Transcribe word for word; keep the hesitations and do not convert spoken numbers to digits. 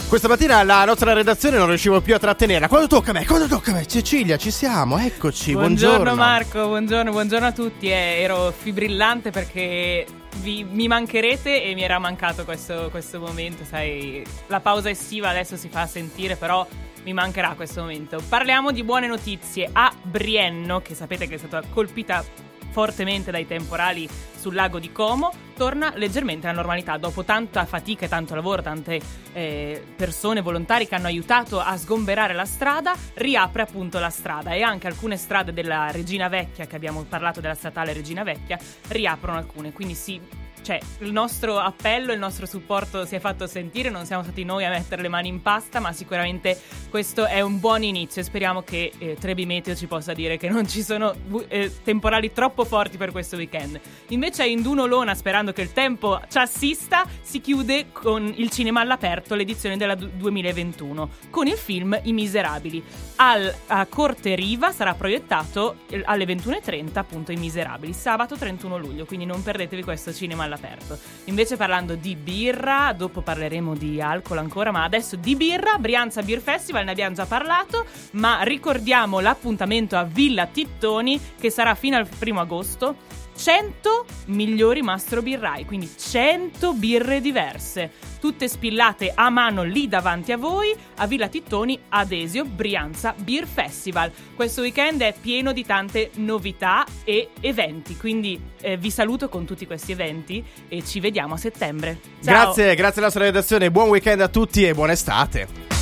Questa mattina la nostra redazione non riuscivo più a trattenerla. Quando tocca a me, quando tocca a me, Cecilia, ci siamo, eccoci, buongiorno. Buongiorno Marco, buongiorno, buongiorno a tutti. eh, Ero fibrillante perché vi, mi mancherete e mi era mancato questo, questo momento. Sai, la pausa estiva adesso si fa sentire, però mi mancherà questo momento. Parliamo di buone notizie. A Brienno, che sapete che è stata colpita fortemente dai temporali sul lago di Como, torna leggermente alla normalità dopo tanta fatica e tanto lavoro, tante eh, persone volontari che hanno aiutato a sgomberare la strada. Riapre appunto la strada e anche alcune strade della Regina Vecchia, che abbiamo parlato della statale Regina Vecchia, riaprono alcune, quindi sì. Cioè, il nostro appello, il nostro supporto si è fatto sentire, non siamo stati noi a mettere le mani in pasta, ma sicuramente questo è un buon inizio e speriamo che eh, Trebi Meteo ci possa dire che non ci sono eh, temporali troppo forti per questo weekend. Invece a Indunolona, sperando che il tempo ci assista, si chiude con il cinema all'aperto l'edizione della du- duemilaventuno con il film I Miserabili. Al, a Corte Riva sarà proiettato eh, alle ventuno e trenta appunto I Miserabili, sabato trentuno luglio, quindi non perdetevi questo cinema all'aperto. Aperto. Invece parlando di birra, dopo parleremo di alcol ancora, ma adesso di birra, Brianza Beer Festival, ne abbiamo già parlato, ma ricordiamo l'appuntamento a Villa Tittoni che sarà fino al primo agosto. cento migliori mastrobirrai, quindi cento birre diverse, tutte spillate a mano lì davanti a voi a Villa Tittoni ad Esio, Brianza Beer Festival. Questo weekend è pieno di tante novità e eventi, quindi eh, vi saluto con tutti questi eventi e ci vediamo a settembre. Ciao. Grazie, grazie alla nostra redazione, buon weekend a tutti e buona estate.